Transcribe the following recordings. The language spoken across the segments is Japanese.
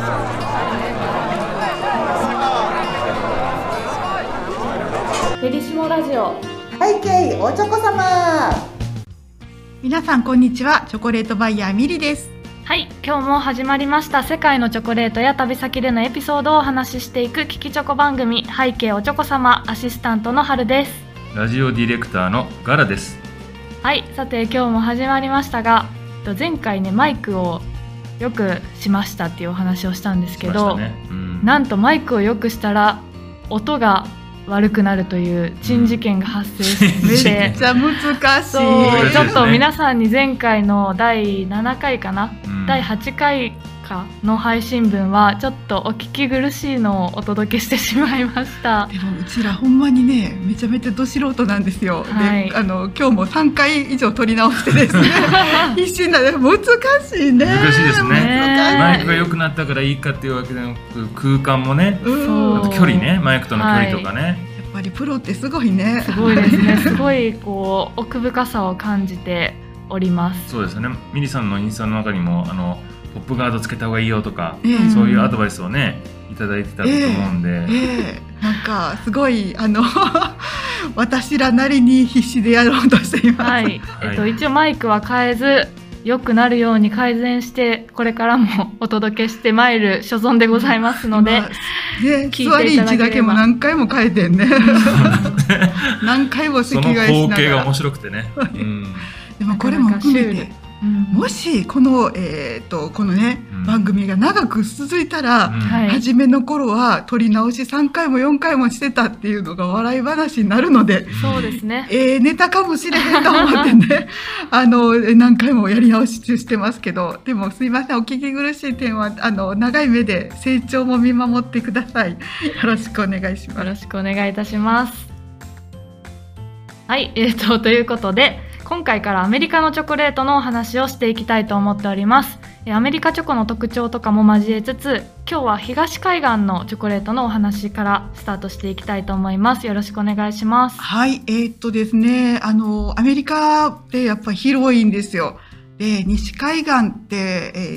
フェリシモラジオ背景おちょこ様。 皆さんこんにちは。チョコレートバイヤーミリです。 はい、今日も始まりました世界のチョコレートや旅先でのエピソードをお話ししていく聞きチョコ番組、背景おちょこ様、アシスタントの春です。 ラジオディレクターのガラです。 はい、さて今日も始まりましたが、前回ねマイクをよくしましたっていうお話をしたんですけど、なんとマイクをよくしたら音が悪くなるという珍事件が発生して、 めっちゃ難しい。 そうちょっと皆さんに前回の第7回かな、第8回かの配信分はちょっとお聞き苦しいのをお届けしてしまいました。 でもうちらほんまにねめちゃめちゃど素人なんですよ、 はい、 で今日も3回以上撮り直してですね必死な難しいね。 難しいですね。マイクが良くなったからいいかっていうわけでなく、空間もね、あと距離ね、マイクとの距離とかね、 やっぱりプロってすごいね。 すごいですね。すごいこう奥深さを感じております。 そうですね。ミリさんのインスタの中にもポップガードつけた方がいいよとか、そういうアドバイスをねいただいてたと思うんで、 なんかすごい私らなりに必死でやろうとしています。 はい、一応マイクは変えず良くなるように改善してこれからもお届けしてまいる所存でございますので、 聞いていただければ。座り位置だけも何回も変えてんね何回も席替えしながら、 その光景が面白くてね、 でもこれも含めてもしこのね、番組が長く続いたら、初めの頃は撮り直し3回も4回もしてたっていうのが笑い話になるので、 そうですね、 ネタかもしれへんと思ってね何回もやり直ししてますけど、でもすいません、お聞き苦しい点は長い目で成長も見守ってください。よろしくお願いします。 よろしくお願いいたします。はい、ということで今回からアメリカのチョコレートのお話をしていきたいと思っております。アメリカチョコの特徴とかも交えつつ、今日は東海岸のチョコレートのお話からスタートしていきたいと思います。よろしくお願いします。 はい、ですね、アメリカってやっぱり広いんですよ。で、西海岸って、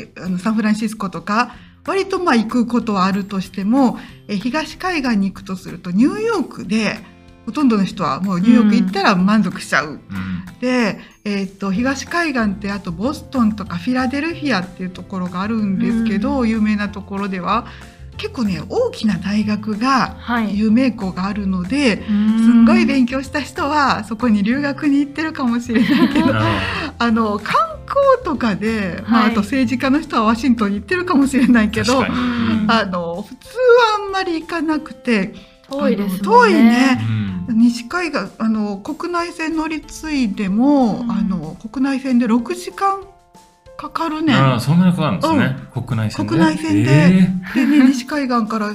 サンフランシスコとか割と行くことはあるとしても、東海岸に行くとするとニューヨークでほとんどの人はもうニューヨーク行ったら満足しちゃう。で、東海岸ってあとボストンとかフィラデルフィアっていうところがあるんですけど、有名なところでは結構ね大きな大学が、有名校があるので、すんごい勉強した人はそこに留学に行ってるかもしれないけど観光とかで、あと政治家の人はワシントンに行ってるかもしれないけど、普通はあんまり行かなくて遠いですもんね。 遠いね。西海岸国内線乗り継いでも、国内線で6時間かかるね。 そんなにかかるんですね、国内線で。 国内線で、でね、西海岸から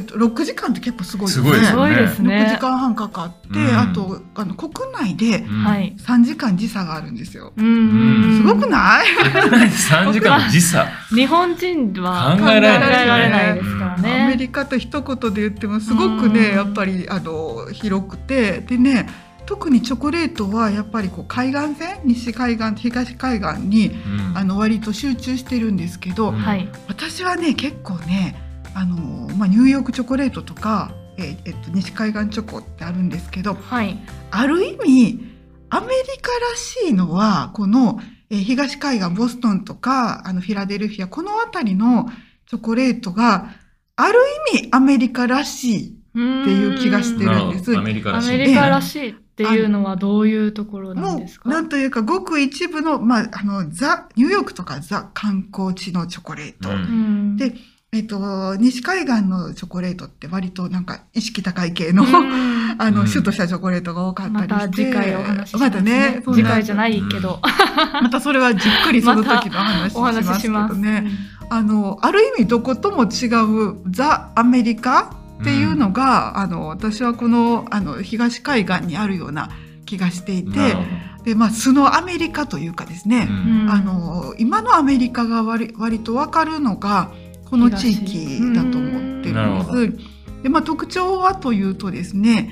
6時間って結構すごいですね。 すごいですね。 6時間半かかって、あと国内で3時間時差があるんですよ。すごくない？ 国内で3時間の時差。 日本人は考えられないですからね。 アメリカと一言で言ってもすごくね、やっぱり広くて、でね、特にチョコレートはやっぱりこう海岸線、西海岸東海岸に、割と集中してるんですけど、私はね結構ねニューヨークチョコレートとか、西海岸チョコってあるんですけど、ある意味アメリカらしいのはこの、東海岸ボストンとかフィラデルフィア、この辺りのチョコレートがある意味アメリカらしいっていう気がしてるんです。 アメリカらしいっていうのはどういうところなんですか？ なんというかごく一部の、ニューヨークとかザ観光地のチョコレート、で、西海岸のチョコレートって割となんか意識高い系のシュッとしたチョコレートが多かったりして、 また次回お話ししますね。 またね、 次回じゃないけどまたそれはじっくりその時の話しますけどね、ある意味どことも違うザ・アメリカっていうのが、私はこの東海岸にあるような気がしていて、で、素のアメリカというかですね、今のアメリカが割と分かるのがこの地域だと思ってるんです。で、特徴はというとですね、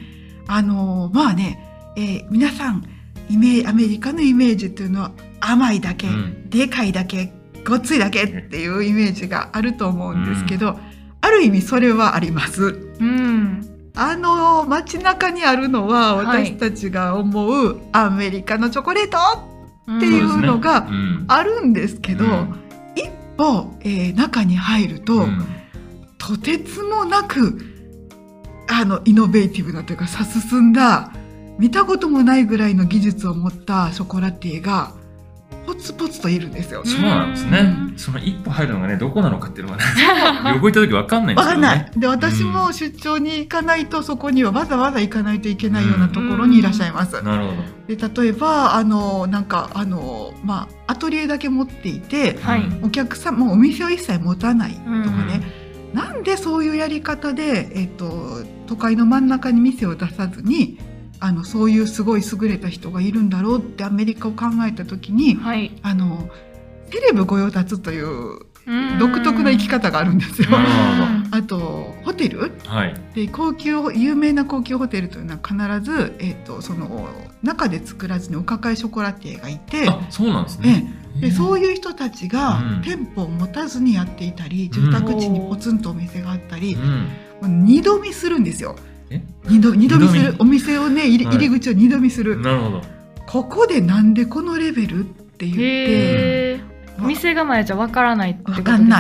皆さんアメリカのイメージっていうのは甘いだけ、でかいだけっごっついだけっていうイメージがあると思うんですけど、ある意味それはあります。街中にあるのは私たちが思うアメリカのチョコレートっていうのがあるんですけど、一歩、中に入ると、とてつもなくイノベーティブなというか進んだ見たこともないぐらいの技術を持ったショコラティエがポツポツといるんですよ。 そうなんですね。その一歩入るのがね、どこなのかっていうのがね、旅行行った時分かんないんですよね。分かんない。 で、私も出張に行かないと、そこにはわざわざ行かないといけないようなところにいらっしゃいます。 なるほど。 で、例えばアトリエだけ持っていて、お客さんもお店を一切持たないとかね。なんでそういうやり方で、都会の真ん中に店を出さずにそういうすごい優れた人がいるんだろうってアメリカを考えた時に、セレブ御用達という独特な生き方があるんですよ。あとホテル、で有名な高級ホテルというのは必ず、その中で作らずにお抱えショコラティエがいて、 そうなんですね。 でそういう人たちが店舗を持たずにやっていたり、住宅地にポツンとお店があったり、二度見するんですよ。二度見する。お店をね、入り口を二度見する。 なるほど。 ここでなんでこのレベルって言って、 店構えじゃわからないってことですか？ わかんない。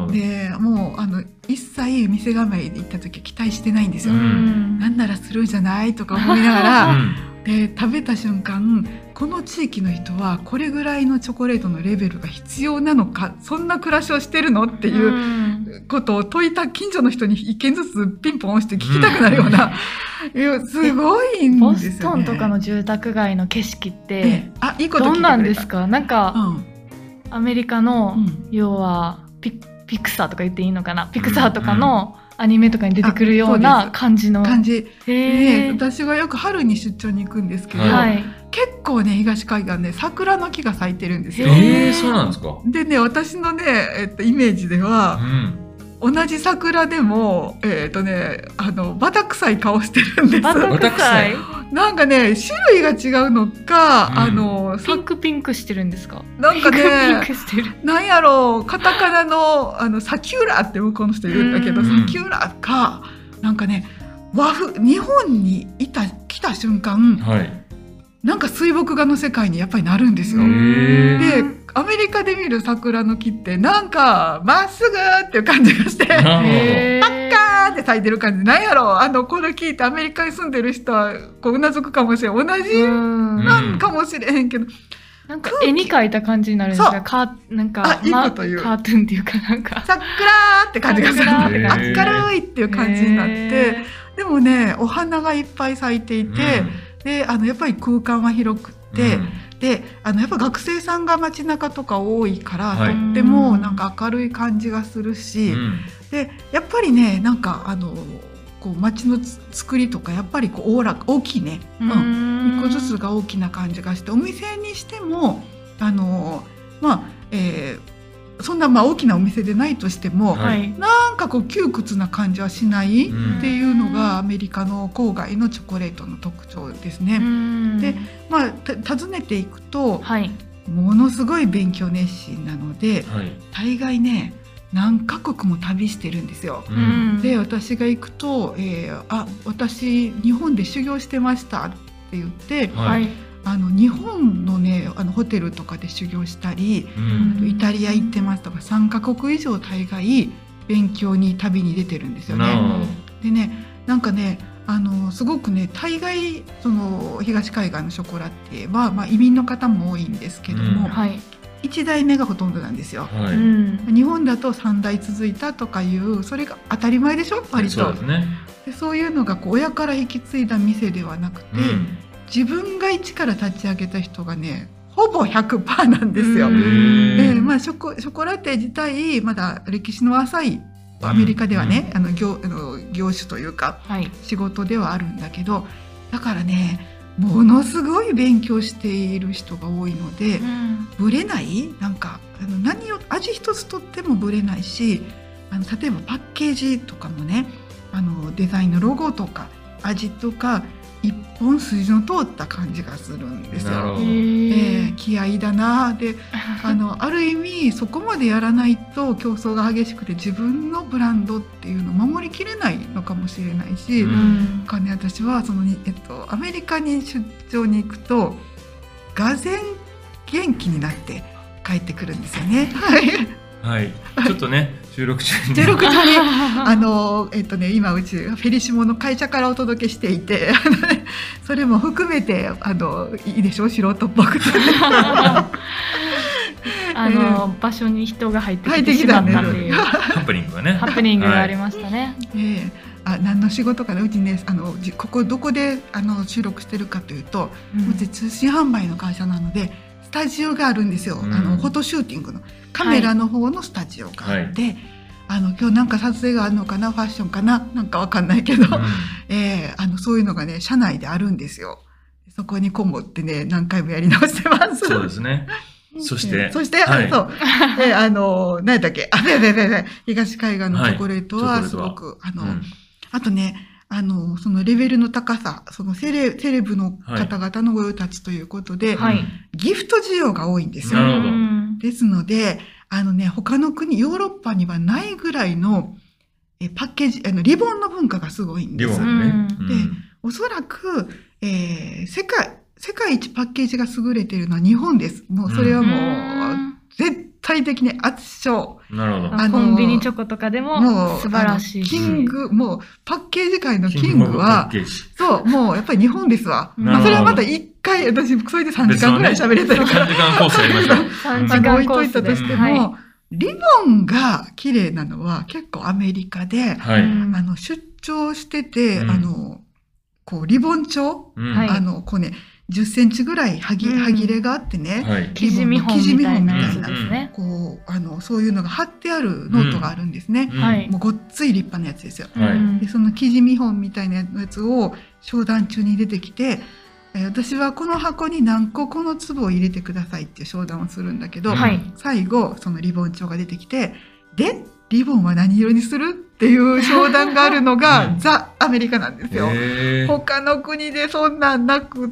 で、もう一切店構えで行った時は期待してないんですよ。なんならするんじゃないとか思いながら、で食べた瞬間、この地域の人はこれぐらいのチョコレートのレベルが必要なのか、そんな暮らしをしてるのっていうことを問いた近所の人に一件ずつピンポン押して聞きたくなるような、すごいんですよね。 ボストンとかの住宅街の景色ってどんなんですか？なんか、アメリカの、要はピクサーとか言っていいのかな、ピクサーとかのアニメとかに出てくるような感じ。私はよく春に出張に行くんですけど、結構ね、東海岸ね、桜の木が咲いてるんですよ。 そうなんですか。 でね、私のね、イメージでは、同じ桜でもバタ臭い顔してるんです。 バタ臭い？ なんかね、種類が違うのか、 ピンクしてるんですか？ なんかね、 ピンクしてる。 なんやろう、カタカナのサキューラって向こうの人いるんだけど、サキューラか、なんかね、日本に来た瞬間、なんか水墨画の世界にやっぱりなるんですよ。で、アメリカで見る桜の木ってなんかまっすぐっていう感じがして、パッカーって咲いてる感じ。なんやろう、これ聞いてアメリカに住んでる人はこううなずくかもしれん。同じなんかもしれへんけど、 なんか絵に描いた感じになるんですか？なんかいいこと言う。 カートゥーンっていうか、なんか桜って感じがする。明るいっていう感じになって、でもね、お花がいっぱい咲いていて、でやっぱり空間は広くって、でやっぱ学生さんが街中とか多いから、とってもなんか明るい感じがするし、でやっぱりね、なんかこう街の作りとかやっぱりこう大きいね、一個ずつが大きな感じがして、お店にしてもそんな大きなお店でないとしても、なんかこう窮屈な感じはしないっていうのがアメリカの郊外のチョコレートの特徴ですね。で、訪ねていくと、ものすごい勉強熱心なので、大概ね、何カ国も旅してるんですよ。で、私が行くと、私日本で修行してましたって言って、日本のね、ホテルとかで修行したり、イタリア行ってますとか、3カ国以上大概勉強に旅に出てるんですよね。でね、なんかね、すごくね、大概その東海岸のショコラティエは、移民の方も多いんですけども、1代目がほとんどなんですよ。日本だと3代続いたとかいう、それが当たり前でしょ、割と。そういうのがこう親から引き継いだ店ではなくて、自分が一から立ち上げた人がね、ほぼ 100% なんですよ。ショコラティエ自体まだ歴史の浅いアメリカではね、業種というか、仕事ではあるんだけど、だからね、ものすごい勉強している人が多いので、ブレない、なんか味一つとってもブレないし、例えばパッケージとかもね、デザインのロゴとか味とか、 一本筋の通った感じがするんですよ。 なるほど気合いだなである意味そこまでやらないと競争が激しくて自分のブランドっていうのを守りきれないのかもしれないし、私はアメリカに出張に行くとがぜん元気になって帰ってくるんですよね。 はい、ちょっとね収録中に今うちフェリシモの会社からお届けしていてそれも含めていいでしょう、素人っぽくて場所に人が入ってきてしまったっていうハプニングがね、 ハプニングがありましたね。 何の仕事かな、うちねここどこで収録してるかというと、うち通信販売の会社なのでスタジオがあるんですよ。フォトシューティングのカメラの方のスタジオがあって、今日なんか撮影があるのかな、ファッションかな、なんかわかんないけど、そういうのがね社内であるんですよ。そこにこもってね何回もやり直してます。 そうですね。そして、 何だっけ、東海岸のチョコレートはすごく、あとね、そのレベルの高さ、そのセレブの方々の御用達ということで、ギフト需要が多いんですよ。 なるほど。 ですので、他の国、ヨーロッパにはないぐらいのパッケージ、リボンの文化がすごいんです。 リボンね。 で、おそらく、世界一パッケージが優れているのは日本です。もうそれはもう絶対的に圧勝。 なるほど。 コンビニチョコとかでも素晴らしいし、 もうパッケージ界のキングはそう、もうやっぱり日本ですわ。それはまた一回私それで3時間ぐらい喋れたから、 3時間コースやりましょう。 3時間置いコースでといたとしても、リボンが綺麗なのは結構アメリカで、出張してて、こうリボン調、こうね10センチぐらい歯切れがあってね、 生地見本みたいなやつですね。 こうそういうのが貼ってあるノートがあるんですね。もうごっつい立派なやつですよ。でその生地見本みたいなやつを商談中に出てきて、私はこの箱に何個この粒を入れてくださいっていう商談をするんだけど、最後そのリボン帳が出てきて、でリボンは何色にするっていう商談があるのがザ・アメリカなんですよ。他の国でそんなんなくって、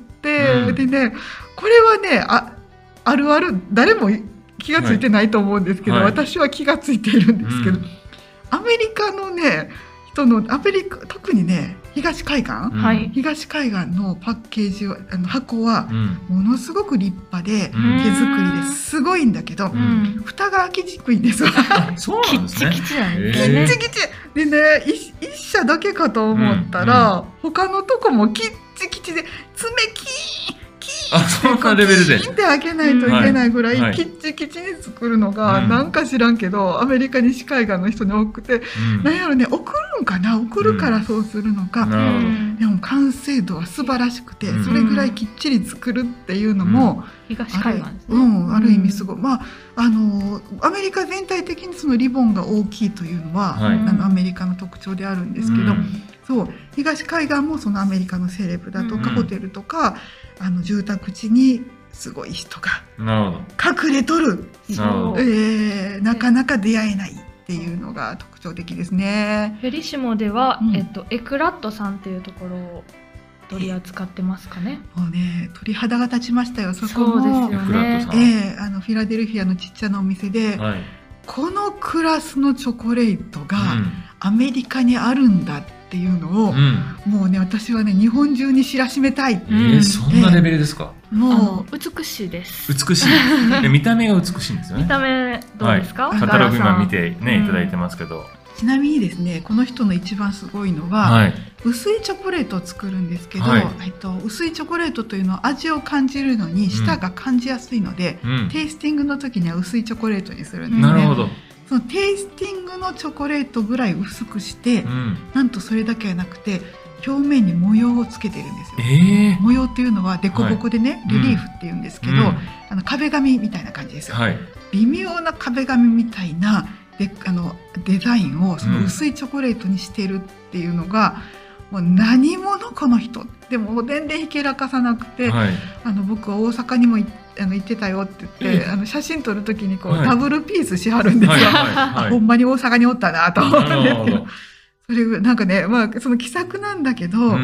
でね、これはね、あるある誰も気がついてないと思うんですけど、私は気がついているんですけど、アメリカのね特にね東海岸のパッケージ箱はものすごく立派で手作りですごいんだけど、蓋が開きにくいんですよ。 そうなんですね。 キッチキチなんですね。 キッチキチでね、一社だけかと思ったら、他のとこもキッチキチで爪キーそんなレベルでキーって開けないといけないぐらいキッチキチに作るのがなんか知らんけど、アメリカ西海岸の人に多くて、なんやろね、送るんかな、送るからそうするのか、でも完成度は素晴らしくて、それぐらいきっちり作るっていうのも東海岸ですね。 ある意味すごい、アメリカ全体的にそのリボンが大きいというのは、アメリカの特徴であるんですけど、そう東海岸もそのアメリカのセレブだとか、ホテルとか住宅地にすごい人が隠れとる、なかなか出会えないっていうのが特徴的ですね。 フェリシモでは、エクラットさんっていうところを取り扱ってますかね。 もうね鳥肌が立ちましたよ。そこもそうですよね。 フィラデルフィアのちっちゃなお店で、このクラスのチョコレートがアメリカにあるんだっていうのを、もうね私はね日本中に知らしめたい。 そんなレベルですか。 もう美しいです。 美しい。見た目が美しいんですよね。 見た目どうですか。 カタログ今見てねいただいてますけど。 ちなみにですね、この人の一番すごいのは、薄いチョコレートを作るんですけど、薄いチョコレートというのは味を感じるのに舌が感じやすいので、テイスティングの時には薄いチョコレートにするんですね。 なるほど。 そのテイスティングのチョコレートぐらい薄くして、なんとそれだけはなくて表面に模様をつけてるんですよ。模様っていうのはデコボコでね、レリーフっていうんですけど、壁紙みたいな感じですよ。微妙な壁紙みたいなデザインをその薄いチョコレートにしてるっていうのが、もう何者この人でも全然ひけらかさなくて、僕は大阪にも行ってたよって言って写真撮る時にこう、ダブルピースしはるんですよ。ほんまに大阪におったなと思うんですけど、それなんかね、その気さくなんだけど、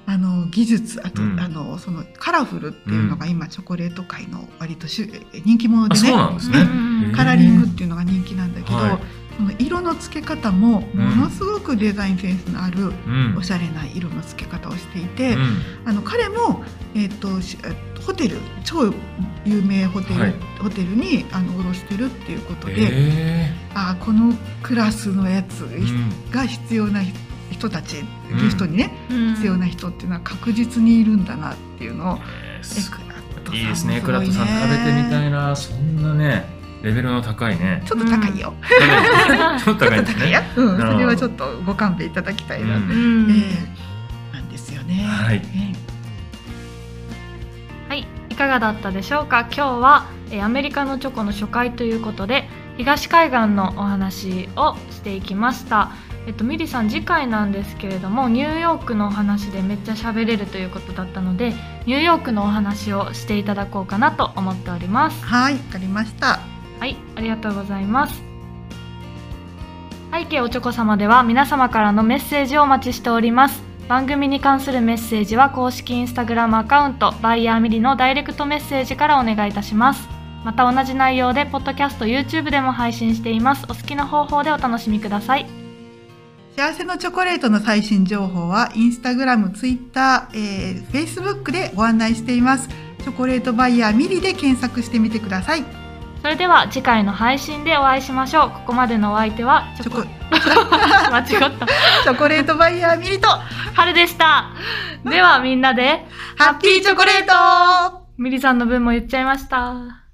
技術、あと、そのカラフルっていうのが今チョコレート界の割と人気者でね。 そうなんですね。 カラーリングっていうのが人気なんだけど、 はい、 その色の付け方もものすごくデザインセンスのあるおしゃれな色の付け方をしていて、彼も、ホテル、超有名ホテルに卸してるっていうことで、このクラスのやつが必要な人たち、ギフトにね、必要な人っていうのは確実にいるんだなっていうのを、 いいですね。クラットさん食べてみたいな。そんなねレベルの高いね。 ちょっと高いよ。 ちょっと高いですね。 それはちょっとご勘弁いただきたいな。なんですよね。 はい。いかがだったでしょうか。今日はアメリカのチョコの初回ということで東海岸のお話をしていきました。ミリさん、次回なんですけれどもニューヨークのお話でめっちゃ喋れるということだったのでニューヨークのお話をしていただこうかなと思っております。 はい、わかりました。 はい、ありがとうございます。背景おちょこ様では皆様からのメッセージをお待ちしております。番組に関するメッセージは公式インスタグラムアカウントバイヤーミリのダイレクトメッセージからお願いいたします。また同じ内容でポッドキャスト YouTube でも配信しています。お好きな方法でお楽しみください。 幸せのチョコレートの最新情報はインスタグラム、ツイッター、フェイスブックでご案内しています。チョコレートバイヤーミリで検索してみてください。 それでは次回の配信でお会いしましょう。ここまでのお相手は間違ったチョコレートバイヤーミリと春でした。ではみんなでハッピーチョコレート。 ミリさんの分も言っちゃいました。